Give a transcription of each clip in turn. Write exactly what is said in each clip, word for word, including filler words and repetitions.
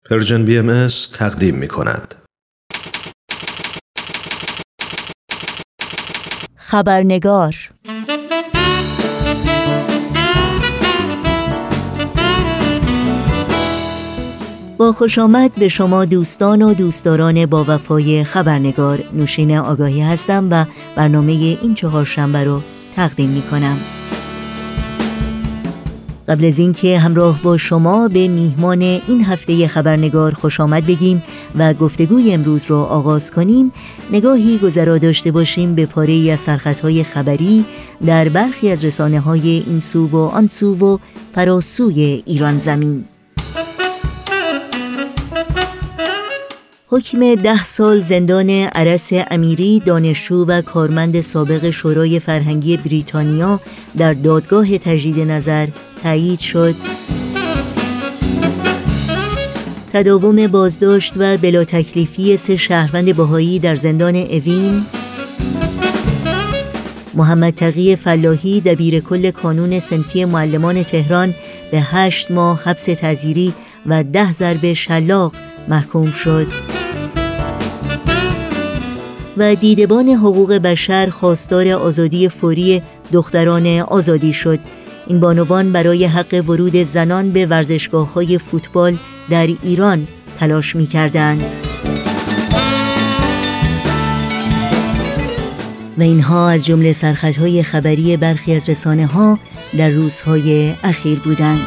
پرژن بی ام اس تقدیم می کند. خبرنگار. با خوش آمد به شما دوستان و دوستداران با وفای خبرنگار. نوشین آگاهی هستم و برنامه این چهارشنبه رو تقدیم می کنم. قبل از اینکه همراه با شما به میهمان این هفته خبرنگار خوش آمد بگیم و گفتگوی امروز رو آغاز کنیم، نگاهی گذرا داشته باشیم به پاره‌ای از سرخطهای خبری در برخی از رسانه‌های این سو و آن سو و فراسوی ایران زمین. حکم ده سال زندان ارس امیری، دانشجو و کارمند سابق شورای فرهنگی بریتانیا در دادگاه تجدید نظر تایید شد. تداوم بازداشت و بلا تکلیفی سه شهروند بهایی در زندان اوین. محمد تقی فلاحی دبیر کل کانون صنفی معلمان تهران به هشت ماه حبس تعزیری و ده ضرب شلاق محکوم شد. و دیدبان حقوق بشر خواستار آزادی فوری دختران آزادی شد. این بانوان برای حق ورود زنان به ورزشگاه‌های فوتبال در ایران تلاش می‌کردند. و اینها از جمله سرخطهای خبری برخی از رسانه‌ها در روزهای اخیر بودند.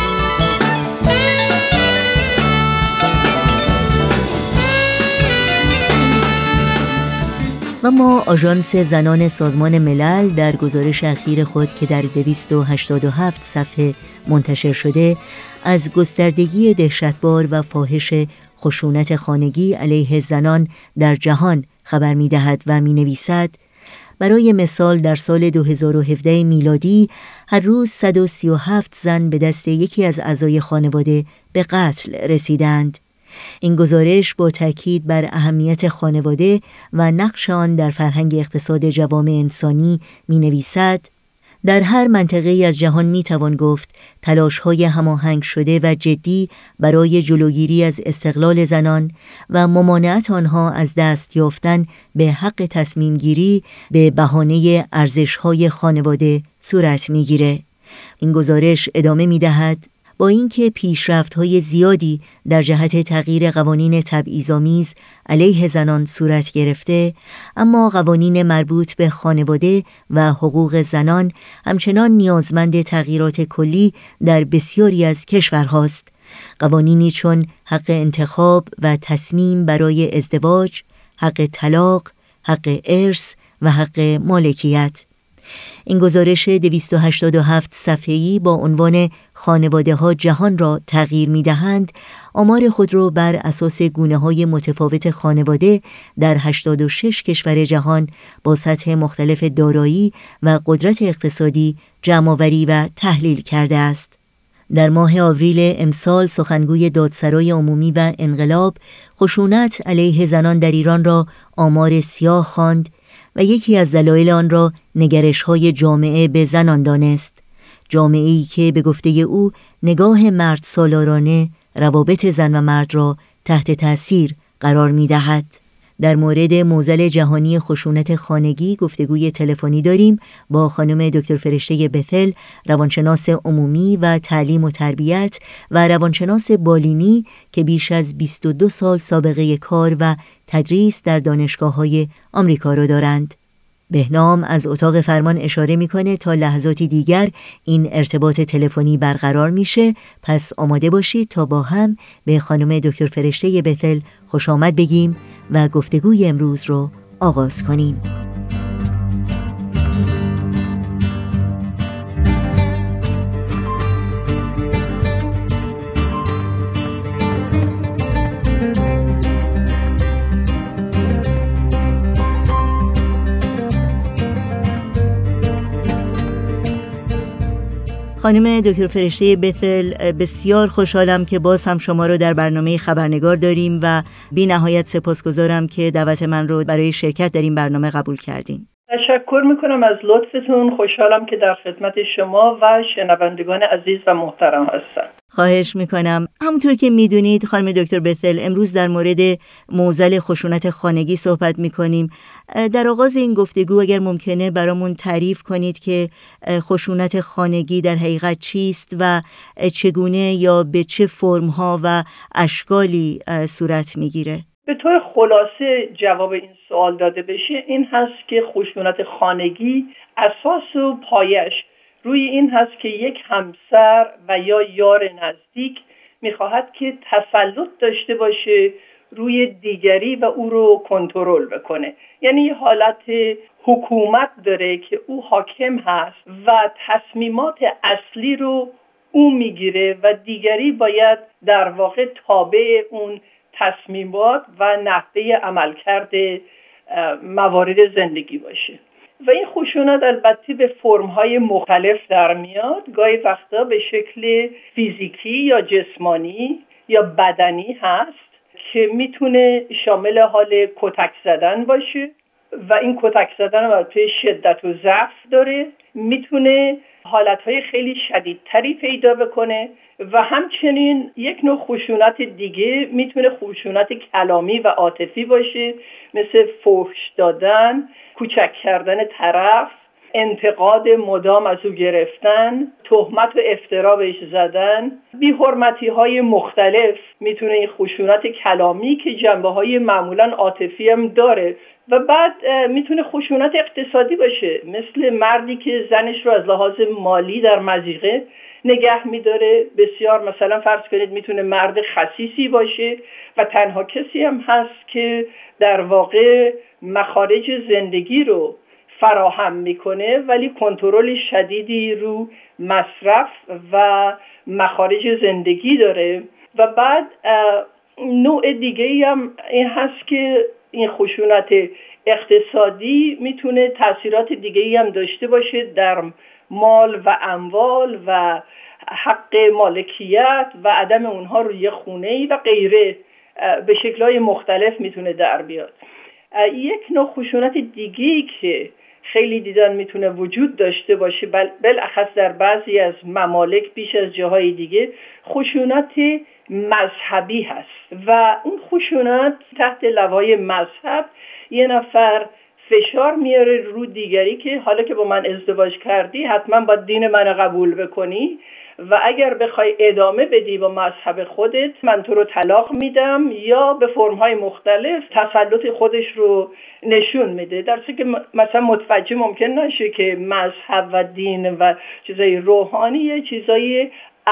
و ما آژانس زنان سازمان ملل در گزارش اخیر خود که در دویست و هشتاد و هفت صفحه منتشر شده از گستردگی دهشتبار و فاحش خشونت خانگی علیه زنان در جهان خبر می‌دهد و می‌نویسد: برای مثال در سال دو هزار و هفده میلادی هر روز صد و سی و هفت زن به دست یکی از اعضای خانواده به قتل رسیدند. این گزارش با تاکید بر اهمیت خانواده و نقش آن در فرهنگ اقتصاد جوامع انسانی می نویسد: در هر منطقه‌ای از جهان می توان گفت تلاش‌های هماهنگ شده و جدی برای جلوگیری از استقلال زنان و ممانعت آنها از دست یافتن به حق تصمیم گیری به بهانه ارزش‌های خانواده صورت می‌گیرد. این گزارش ادامه می‌دهد: با اینکه پیشرفت‌های زیادی در جهت تغییر قوانین تبعیض‌آمیز علیه زنان صورت گرفته، اما قوانین مربوط به خانواده و حقوق زنان همچنان نیازمند تغییرات کلی در بسیاری از کشورهاست. قوانینی چون حق انتخاب و تصمیم برای ازدواج، حق طلاق، حق ارث و حق مالکیت. این گزارش دویست و هشتاد و هفت صفحه‌ای با عنوان خانواده‌ها جهان را تغییر می‌دهند، آمار خود را بر اساس گونه‌های متفاوت خانواده در هشتاد و شش کشور جهان با سطح مختلف دارایی و قدرت اقتصادی جمع‌آوری و تحلیل کرده است. در ماه آوریل امسال سخنگوی دادسرای عمومی و انقلاب خشونت علیه زنان در ایران را آمار سیاه خواند و یکی از دلایل آن را نگرش‌های جامعه به زنان دانست. جامعه‌ای که به گفته او نگاه مرد سالارانه روابط زن و مرد را تحت تأثیر قرار می‌دهد. در مورد معضل جهانی خشونت خانگی گفتگوی تلفنی داریم با خانم دکتر فرشته بثل، روانشناس عمومی و تعلیم و تربیت و روانشناس بالینی که بیش از بیست و دو سال سابقه کار و تدریس در دانشگاه‌های آمریکا را دارند. بهنام از اتاق فرمان اشاره میکنه تا لحظاتی دیگر این ارتباط تلفنی برقرار میشه، پس آماده باشید تا با هم به خانم دکتر فرشته بثل خوش آمد بگیم و گفتگوی امروز رو آغاز کنیم. خانم دکتر فرشته بثل، بسیار خوشحالم که باز هم شما رو در برنامه خبرنگار داریم و بی نهایت سپاسگزارم که دعوت من رو برای شرکت در این برنامه قبول کردین. تشکر میکنم از لطفتون. خوشحالم که در خدمت شما و شنوندگان عزیز و محترم هستم. خواهش میکنم. همونطور که میدونید خانم دکتر بثل، امروز در مورد معضل خشونت خانگی صحبت میکنیم. در آغاز این گفتگو اگر ممکنه برامون تعریف کنید که خشونت خانگی در حقیقت چیست و چگونه یا به چه فرمها و اشکالی صورت میگیره. به طور خلاصه جواب این سوال داده بشه این هست که خشونت خانگی اساس و پایش روی این هست که یک همسر و یا یار نزدیک میخواهد که تسلط داشته باشه روی دیگری و او رو کنترل بکنه. یعنی یه حالت حکومت داره که او حاکم هست و تصمیمات اصلی رو او میگیره و دیگری باید در واقع تابع اون تصمیمات و نحوه عملکرد موارد زندگی باشه. و این خشونت البته به فرم‌های مختلف در میاد. گاهی وقتا به شکل فیزیکی یا جسمانی یا بدنی هست که میتونه شامل حال کتک زدن باشه و این کتک زدن البته شدت و ضعف داره. میتونه حالتهای خیلی شدیدتری پیدا بکنه و همچنین یک نوع خشونت دیگه میتونه خشونت کلامی و عاطفی باشه، مثل فحش دادن، کوچک کردن طرف، انتقاد مدام از او گرفتن، تهمت و افترا بهش زدن، بی‌حرمتی های مختلف. میتونه این خشونت کلامی که جنبه های معمولا عاطفی هم داره و بعد میتونه خشونت اقتصادی باشه، مثل مردی که زنش رو از لحاظ مالی در مضیقه نگه میداره. بسیار مثلا فرض کنید میتونه مرد خسیسی باشه و تنها کسی هم هست که در واقع مخارج زندگی رو فراهم میکنه ولی کنترل شدیدی رو مصرف و مخارج زندگی داره. و بعد نوع دیگه هم این هست که این خشونت اقتصادی میتونه تأثیرات دیگه هم داشته باشه در مال و اموال و حق مالکیت و عدم اونها روی خونه‌ای و غیره. به شکل‌های مختلف میتونه در بیاد. یک نوع خشونت دیگه‌ای که خیلی دیدن میتونه وجود داشته باشه، بالاخص در بعضی از ممالک بیش از جاهای دیگه، خشونت مذهبی هست و اون خشونت تحت لوای مذهب یه نفر فشار میاره رو دیگری که حالا که با من ازدواج کردی حتما باید دین من قبول بکنی و اگر بخوای ادامه بدی با مذهب خودت من تو رو طلاق میدم، یا به فرم‌های مختلف تسلط خودش رو نشون میده. در حالی که مثلا متوجه ممکن نشه که مذهب و دین و چیزای روحانی چیزای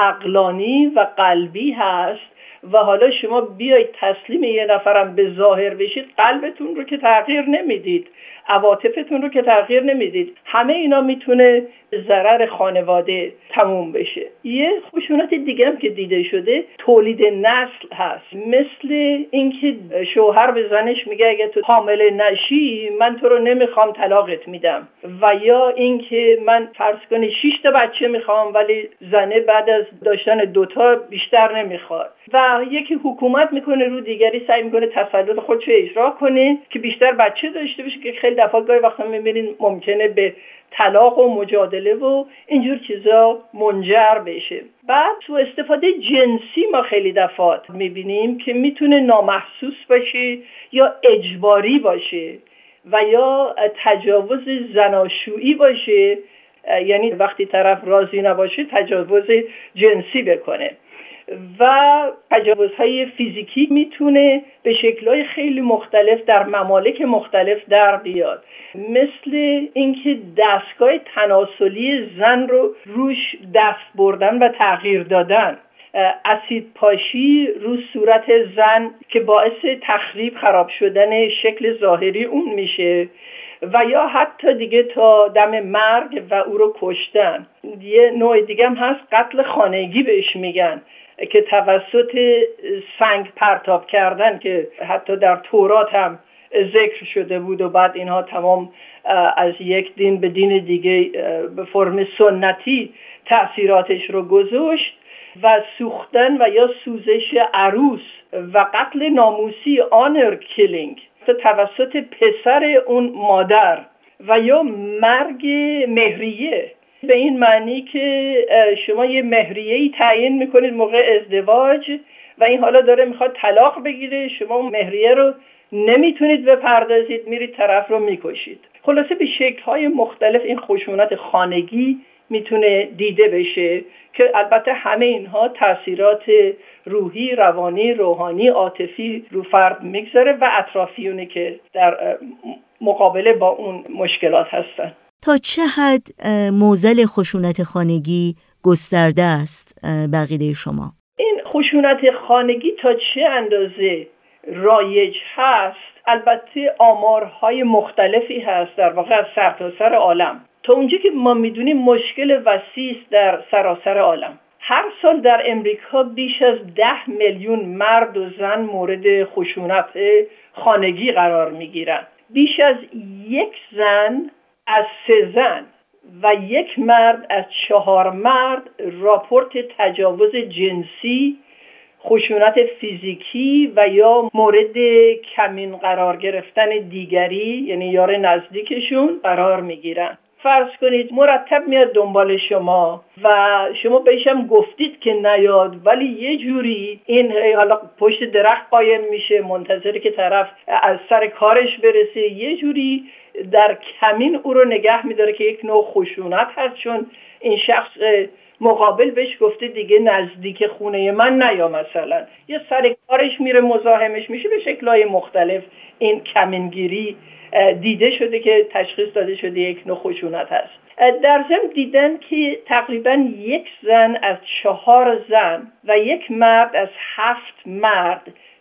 عقلانی و قلبی هست و حالا شما بیایید تسلیم یه نفرم به ظاهر بشید، قلبتون رو که تغییر نمیدید، عواطفتون رو که تغییر نمیدید. همه اینا میتونه ضرر خانواده تموم بشه. یه خشونت دیگه هم که دیده شده تولید نسل هست، مثل اینکه شوهر به زنش میگه اگه تو حامل نشی من تو رو نمیخوام طلاقت میدم، و یا اینکه من فرض کنی شش تا بچه میخوام ولی زنه بعد از داشتن دوتا بیشتر نمیخواد و یکی حکومت میکنه رو دیگری، سعی میکنه تسلط خودش رو اجرا کنه که بیشتر بچه داشته باشه، که خیلی دفعه گاهی وقتا میبینید ممکنه به طلاق و مجادله و اینجور چیزا منجر بشه. بعد تو استفاده جنسی ما خیلی دفعات میبینیم که میتونه نامحسوس باشه یا اجباری باشه و یا تجاوز زناشویی باشه، یعنی وقتی طرف راضی نباشه تجاوز جنسی بکنه. و تجاوزهای فیزیکی میتونه به شکل‌های خیلی مختلف در ممالک مختلف در بیاد، مثل اینکه دستگاه تناسلی زن رو روش دست بردن و تغییر دادن، اسید پاشی رو صورت زن که باعث تخریب خراب شدن شکل ظاهری اون میشه، و یا حتی دیگه تا دم مرگ و او رو کشتن. یه نوع دیگه هم هست قتل خانگی بهش میگن، که توسط سنگ پرتاب کردن که حتی در تورات هم ذکر شده بود و بعد اینها تمام از یک دین به دین دیگه به فرم سنتی تأثیراتش رو گذاشت. و سوختن و یا سوزش عروس و قتل ناموسی honor killing توسط پسر اون مادر و یا مرگ مهریه، به این معنی که شما یه مهریه‌ای تعیین میکنید موقع ازدواج و این حالا داره میخواد طلاق بگیره، شما مهریه رو نمیتونید بپردازید، میرید طرف رو میکشید. خلاصه به شکل‌های مختلف این خشونت خانگی میتونه دیده بشه که البته همه اینها تاثیرات روحی، روانی، روحانی، عاطفی رو فرد میگذاره و اطرافیونی که در مقابله با اون مشکلات هستن. تا چه حد معضل خشونت خانگی گسترده است بقیده شما؟ این خشونت خانگی تا چه اندازه رایج هست البته آمارهای مختلفی هست در واقع از سرتاسر عالم. تا اونجا که ما میدونیم مشکل وسیع است در سراسر عالم. هر سال در امریکا بیش از ده میلیون مرد و زن مورد خشونت خانگی قرار میگیرند. بیش از یک زن از سه زن و یک مرد از چهار مرد راپورت تجاوز جنسی، خشونت فیزیکی و یا مورد کمین قرار گرفتن دیگری یعنی یار نزدیکشون قرار میگیرن. فرض کنید مرتب میاد دنبال شما و شما بهشم گفتید که نیاد، ولی یه جوری این حالا پشت درخت قایم میشه منتظره که طرف از سر کارش برسه، یه جوری در کمین او رو نگه میداره که یک نوع خشونت هست، چون این شخص مقابل بهش گفته دیگه نزدیک خونه من نیا مثلا، یا سر کارش میره مزاحمش میشه. به شکل‌های مختلف این کمینگیری دیده شده که تشخیص داده شده یک نوع خشونت هست. در ضمن دیدن که تقریبا یک زن از چهار زن و یک مرد از هفت مرد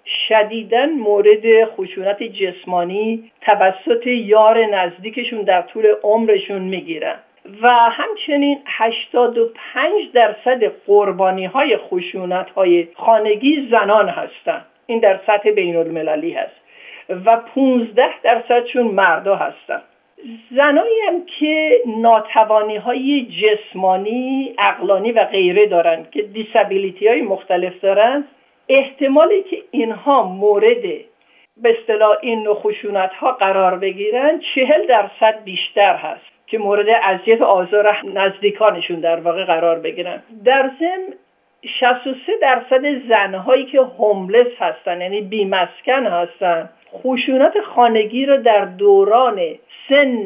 شدیداً مورد خشونت جسمانی توسط یار نزدیکشون در طول عمرشون میگیرن و همچنین هشتاد و پنج درصد قربانی‌های خشونت‌های خانگی زنان هستند. این در سطح بین‌المللی هست و پانزده درصدشون مردا هستن. زنایی هم که ناتوانی‌های جسمانی، عقلانی و غیره دارن که دیسابیلیتی‌های مختلف دارن، احتمالی که اینها مورد به اصطلاح این نوع خشونت‌ها قرار بگیرن چهل درصد بیشتر هست که مورد اذیت و آزار نزدیکانشون در واقع قرار بگیرن. در ضمن شصت و سه درصد زنهایی که هوملس هستن یعنی بیمسکن هستن خشونت خانگی رو در دوران سن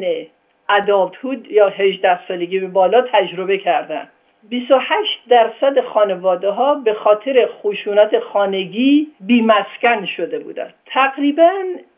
ادالتهود یا هجده سالگی به بالا تجربه کردن. بیست و هشت درصد خانواده ها به خاطر خشونت خانگی بیمسکن شده بودند. تقریبا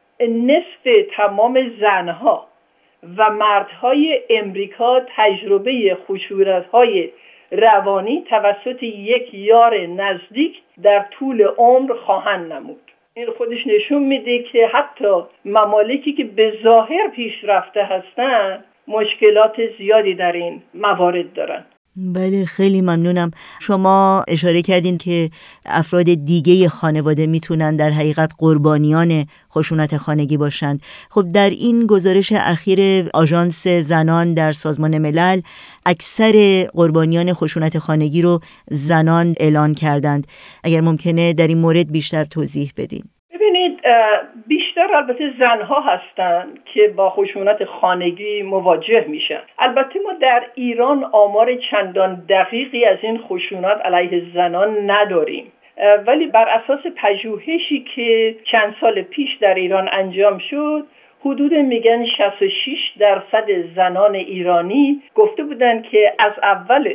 نصف تمام زنها و مردهای امریکا تجربه خشونت‌های روانی توسط یک یار نزدیک در طول عمر خواهند نمود. این خودش نشون میده که حتی ممالکی که به ظاهر پیشرفته هستند مشکلات زیادی در این موارد دارن. بله خیلی ممنونم. شما اشاره کردین که افراد دیگه خانواده میتونن در حقیقت قربانیان خشونت خانگی باشند. خب در این گزارش اخیر آژانس زنان در سازمان ملل اکثر قربانیان خشونت خانگی رو زنان اعلان کردند. اگر ممکنه در این مورد بیشتر توضیح بدین. ببینید بیشتر البته زنها هستند که با خشونت خانگی مواجه میشن. البته ما در ایران آمار چندان دقیقی از این خشونت علیه زنان نداریم، ولی بر اساس پژوهشی که چند سال پیش در ایران انجام شد حدود میگن شصت و شش درصد زنان ایرانی گفته بودن که از اول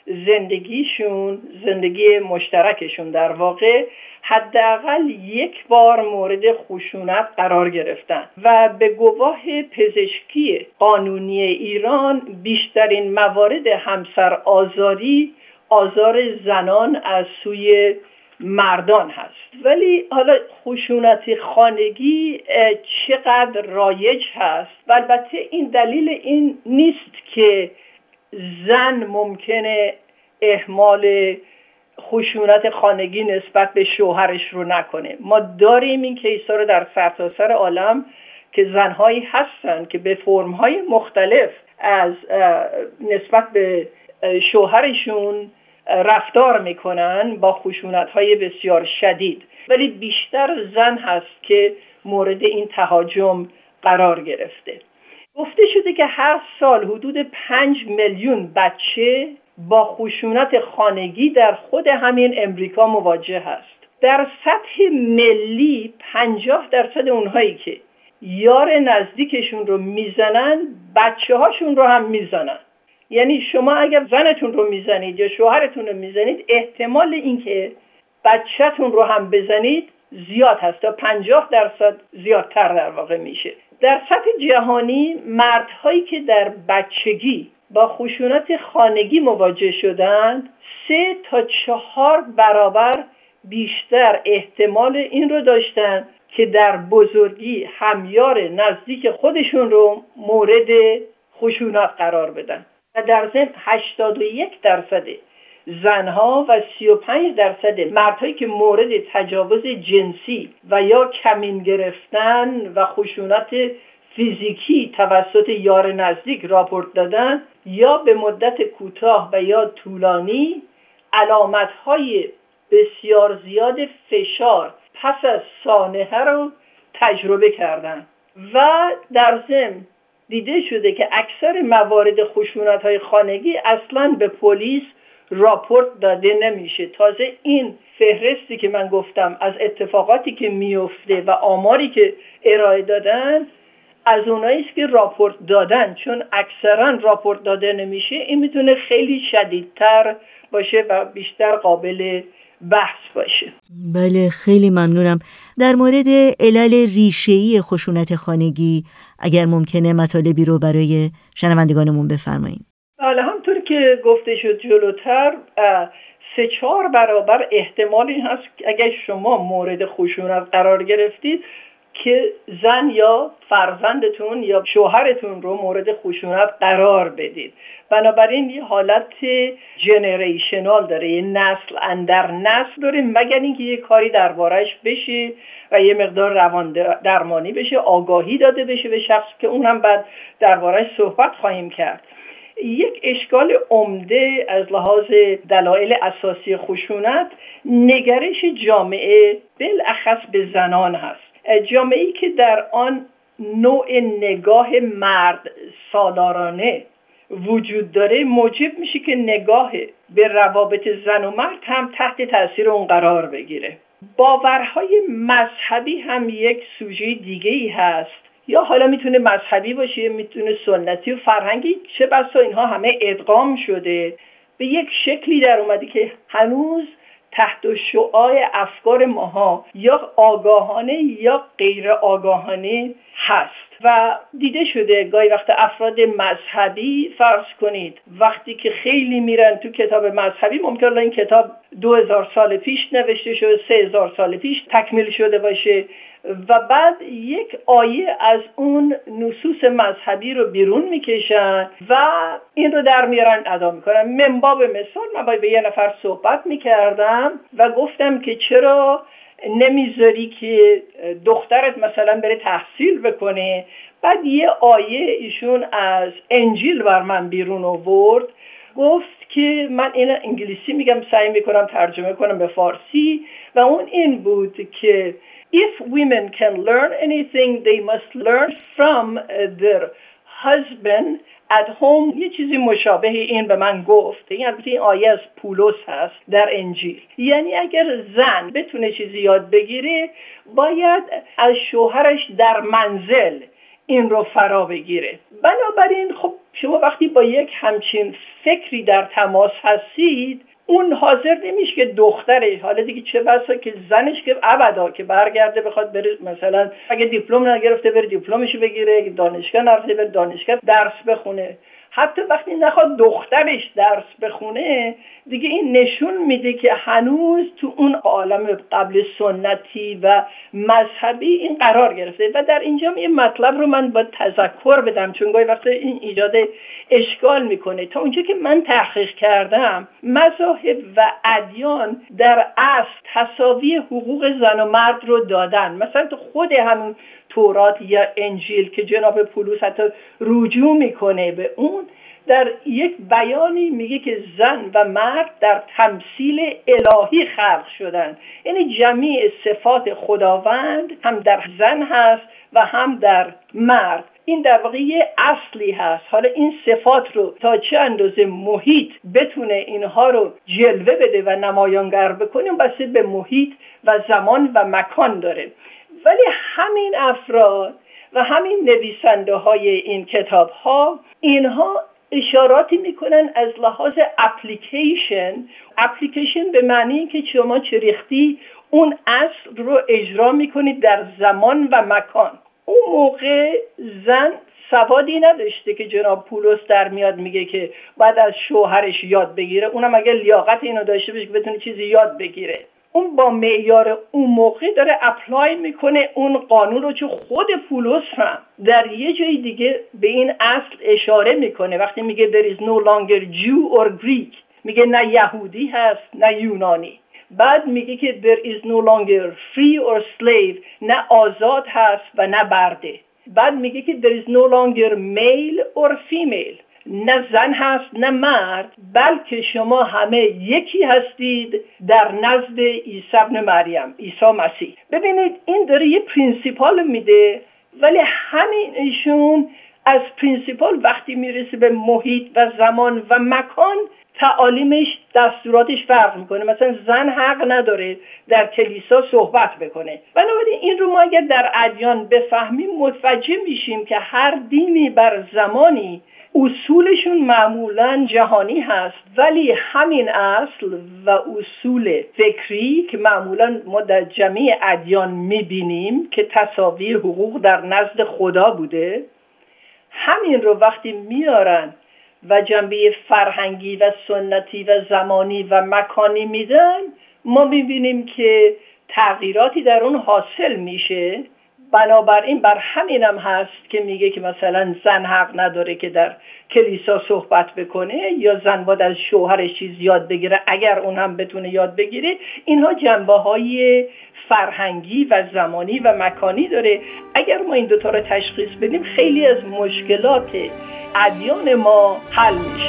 زندگیشون، زندگی مشترکشون در واقع، حداقل یک بار مورد خشونت قرار گرفتن و به گواه پزشکی قانونی ایران بیشترین موارد همسر آزاری آزار زنان از سوی مردان هست. ولی حالا خشونت خانگی چقدر رایج هست و البته این دلیل این نیست که زن ممکنه اهمال خشونت خانگی نسبت به شوهرش رو نکنه. ما داریم این کیسا رو در سرتاسر عالم که زنهایی هستن که به فرم‌های مختلف از نسبت به شوهرشون رفتار میکنن با خشونت‌های بسیار شدید، ولی بیشتر زن هست که مورد این تهاجم قرار گرفته. گفته شده که هر سال حدود پنج میلیون بچه با خشونت خانگی در خود همین امریکا مواجه هست. در سطح ملی پنجاه درصد اونهایی که یار نزدیکشون رو میزنن بچه هاشون رو هم میزنن. یعنی شما اگر زنتون رو میزنید یا شوهرتون رو میزنید احتمال اینکه بچه‌تون رو هم بزنید زیاد هست، تا پنجاه درصد زیادتر در واقع میشه. در سطح جهانی مردهایی که در بچگی با خشونت خانگی مواجه شدند سه تا چهار برابر بیشتر احتمال این رو داشتن که در بزرگی همیار نزدیک خودشون رو مورد خشونت قرار بدن. و در ضمن هشتاد و یک درصد زنها و سی و پنج درصد مردهایی که مورد تجاوز جنسی و یا کمین گرفتن و خشونت فیزیکی توسط یار نزدیک راپورت دادن یا به مدت کوتاه و یا طولانی علامت‌های بسیار زیاد فشار پس از سانحه رو تجربه کردن. و در ضمن دیده شده که اکثر موارد خشونت‌های خانگی اصلاً به پلیس راپورت داده نمیشه. تازه این فهرستی که من گفتم از اتفاقاتی که میفته و آماری که ارائه دادن از اونایی است که راپورت دادن، چون اکثرا راپورت داده نمیشه این میتونه خیلی شدیدتر باشه و بیشتر قابل بحث باشه. بله خیلی ممنونم. در مورد علل ریشه‌ای خشونت خانگی اگر ممکنه مطالبی رو برای شنوندگانمون بفرمایید. بله همطور که گفته شد جلوتر سه چهار برابر احتمال این هست که اگر شما مورد خشونت قرار گرفتید که زن یا فرزندتون یا شوهرتون رو مورد خشونت قرار بدید. بنابراین یه حالت جنریشنال داره، یه نسل اندر نسل داره، مگر اینکه یه کاری دربارش بشه و یه مقدار روان درمانی بشه، آگاهی داده بشه به شخص که اون هم بعد دربارش صحبت خواهیم کرد. یک اشکال عمده از لحاظ دلایل اساسی خشونت نگرش جامعه بالاخص به زنان هست. جامعه‌ای که در آن نوع نگاه مرد سالارانه وجود داره موجب میشه که نگاه به روابط زن و مرد هم تحت تاثیر اون قرار بگیره. باورهای مذهبی هم یک سوژه دیگه‌ای هست، یا حالا میتونه مذهبی باشه، میتونه سنتی و فرهنگی، چه بسا اینها همه ادغام شده به یک شکلی در اومده که هنوز تحت شعاع افکار ماها یا آگاهانه یا غیر آگاهانه هست. و دیده شده گاهی وقت افراد مذهبی فرض کنید وقتی که خیلی میرن تو کتاب مذهبی ممکنه این کتاب دو هزار سال پیش نوشته شده، سه هزار سال پیش تکمیل شده باشه و بعد یک آیه از اون نصوص مذهبی رو بیرون میکشن و این رو در میارن ادا میکنن. من باب مثال من باید به یه نفر صحبت میکردم و گفتم که چرا نمیذاری که دخترت مثلا بره تحصیل بکنه. بعد یه آیه ایشون از انجیل بر من بیرون آورد، گفت که من این انگلیسی میگم سعی میکنم ترجمه کنم به فارسی و اون این بود که If women can learn anything they must learn from their husband at home. یه چیزی مشابه این به من گفت. این البته این آیه از پولس هست در انجیل. یعنی اگر زن بتونه چیزی یاد بگیره باید از شوهرش در منزل این رو فرا بگیره. بنابراین خب شما وقتی با یک همچین فکری در تماس هستید اون حاضر نمیشه که دخترش، حالا دیگه چه بسا که زنش که ابدا که برگرده بخواد بره مثلا اگه دیپلم نگرفته بره دیپلمشو بگیره، اگه دانشگاه نرفته بره دانشگاه درس بخونه. حتی وقتی نخواد دخترش درس بخونه دیگه این نشون میده که هنوز تو اون عالم قبل سنتی و مذهبی این قرار گرفته. و در اینجا یه مطلب رو من باید تذکر بدم چون گاهی وقت این ایجاد اشکال میکنه. تا اونجا که من تحقیق کردم مذاهب و ادیان در اصل تساوی حقوق زن و مرد رو دادن. مثلا تو خود همون تورات یا انجیل که جناب پولس حتی رجوع میکنه به اون، در یک بیانی میگه که زن و مرد در تمثیل الهی خلق شدن. یعنی جمیع صفات خداوند هم در زن هست و هم در مرد. این در واقع یه اصلی هست. حالا این صفات رو تا چه اندازه محیط بتونه اینها رو جلوه بده و نمایانگر بکنه بسته به محیط و زمان و مکان داره. ولی همین افراد و همین نویسنده های این کتاب ها اینها اشاراتی میکنن از لحاظ اپلیکیشن. اپلیکیشن به معنی که شما چه ریختی اون اصل رو اجرا میکنید در زمان و مکان. اون موقع زن سوادی نداشته که جناب پولس در میاد میگه که بعد از شوهرش یاد بگیره، اونم اگه لیاقت اینو داشته باشه که بتونه چیزی یاد بگیره. اون با معیار اون موقع داره اپلای میکنه اون قانون رو، چون خود پولس هم در یه جای دیگه به این اصل اشاره میکنه وقتی میگه there is no longer Jew or Greek، میگه نه یهودی هست نه یونانی. بعد میگه که there is no longer free or slave، نه آزاد هست و نه برده. بعد میگه که there is no longer male or female، نه زن هست نه مرد، بلکه شما همه یکی هستید در نزد عیسی ابن مریم، عیسی مسیح. ببینید این داره یه پرینسیپال میده، ولی همین ایشون از پرینسیپال وقتی میرسه به محیط و زمان و مکان تعالیمش دستوراتش فرق میکنه. مثلا زن حق نداره در کلیسا صحبت بکنه. بنابراین این رو ما اگر در ادیان بفهمیم متوجه میشیم که هر دینی بر زمانی اصولشون معمولاً جهانی هست، ولی همین اصل و اصول فکری که معمولاً ما در جمعی ادیان میبینیم که تساوی حقوق در نزد خدا بوده، همین رو وقتی میارن و جنبه فرهنگی و سنتی و زمانی و مکانی میدن، ما میبینیم که تغییراتی در اون حاصل میشه. بنابراین بر همینم هست که میگه که مثلا زن حق نداره که در کلیسا صحبت بکنه، یا زن باید از شوهرش چیز یاد بگیره اگر اون هم بتونه یاد بگیره. اینها جنبه های فرهنگی و زمانی و مکانی داره. اگر ما این دوتا رو تشخیص بدیم خیلی از مشکلات ادیان ما حل میشه.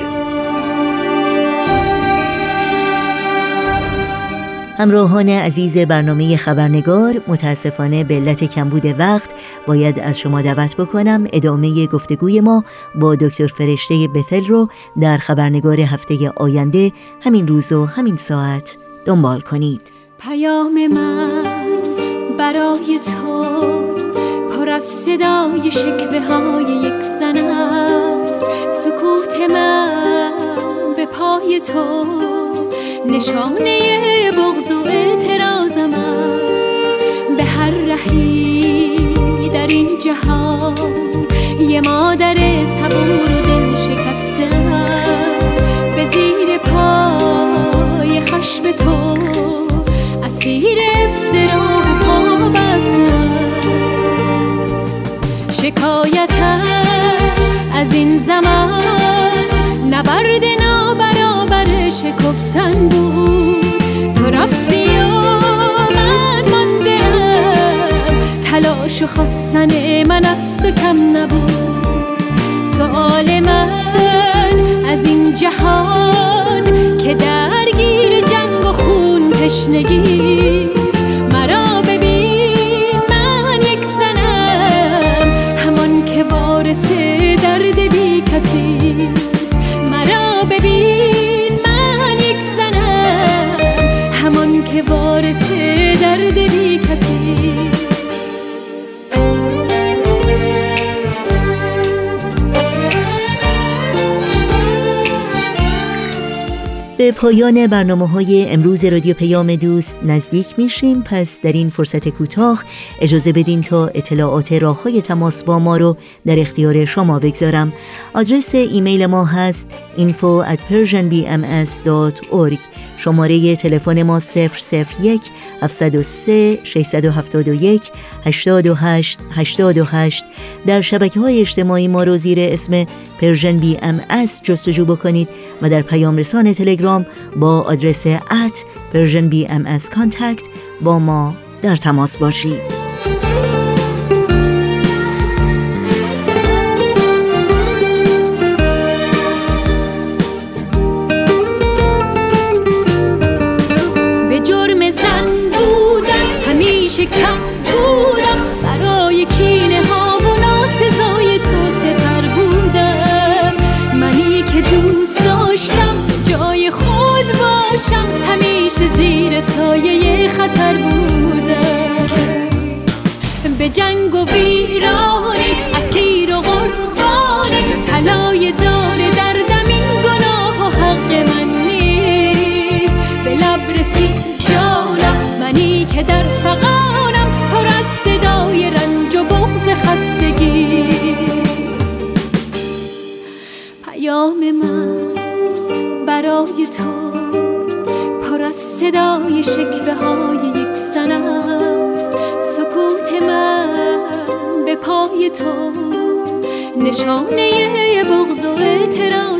همراهان عزیز برنامه خبرنگار، متاسفانه به علت کمبود وقت باید از شما دعوت بکنم ادامه گفتگوی ما با دکتر فرشته بتل رو در خبرنگار هفته آینده همین روز و همین ساعت دنبال کنید. پیام من برای تو پر از صدای شکوه های یک زن است، سکوت من به پای تو نشانه بغض و اعتراضم است. به هر رهی در این جهان یه مادر صبور و دل شکستم، به زیر پای خشم تو اسیر افترا پا بستم. شکایتم از این زمان نبرد نابرابر شکفتن بود. تو رفتی و من ماندم، تلاش و خواستن من از تو کم نبود. سؤال من از این جهان که درگیر جنگ و خون تشنگیست، مرا ببین من یک زنم همان که وارث درد بی کسیست. مرا ببین من یک زنم همان که وارث درد بی کسیست. به پایان برنامه‌های امروز رادیو پیام دوست نزدیک میشیم، پس در این فرصت کوتاه اجازه بدین تا اطلاعات راه‌های تماس با ما رو در اختیار شما بگذارم. آدرس ایمیل ما هست info at persian b m s dot org. شماره تلفن ما صفر صفر یک هفت صفر سه شش هفت یک هشت هشت هشت هشت. در شبکه‌های اجتماعی ما رو زیر اسم پرژن بی ام اس جستجو بکنید و در پیام رسان تلگرام با آدرس ات پرژن بی ام اس کانتکت با ما در تماس باشید. به جرم زن بودن همیشه کم بودم، برای کینه ها و ناسزای تو به جنگ و ویرانی، اسیر و قربانی، طلای دار دردم این گناه و حق من نیست. به لب رسید جانم، منی که در فغانم پر از صدای رنج و بغض خستگیست. پیام من برای تو پر از صدای شکوه های یک زن است. سکوت من به پای تو نشانه بغض و اعتراض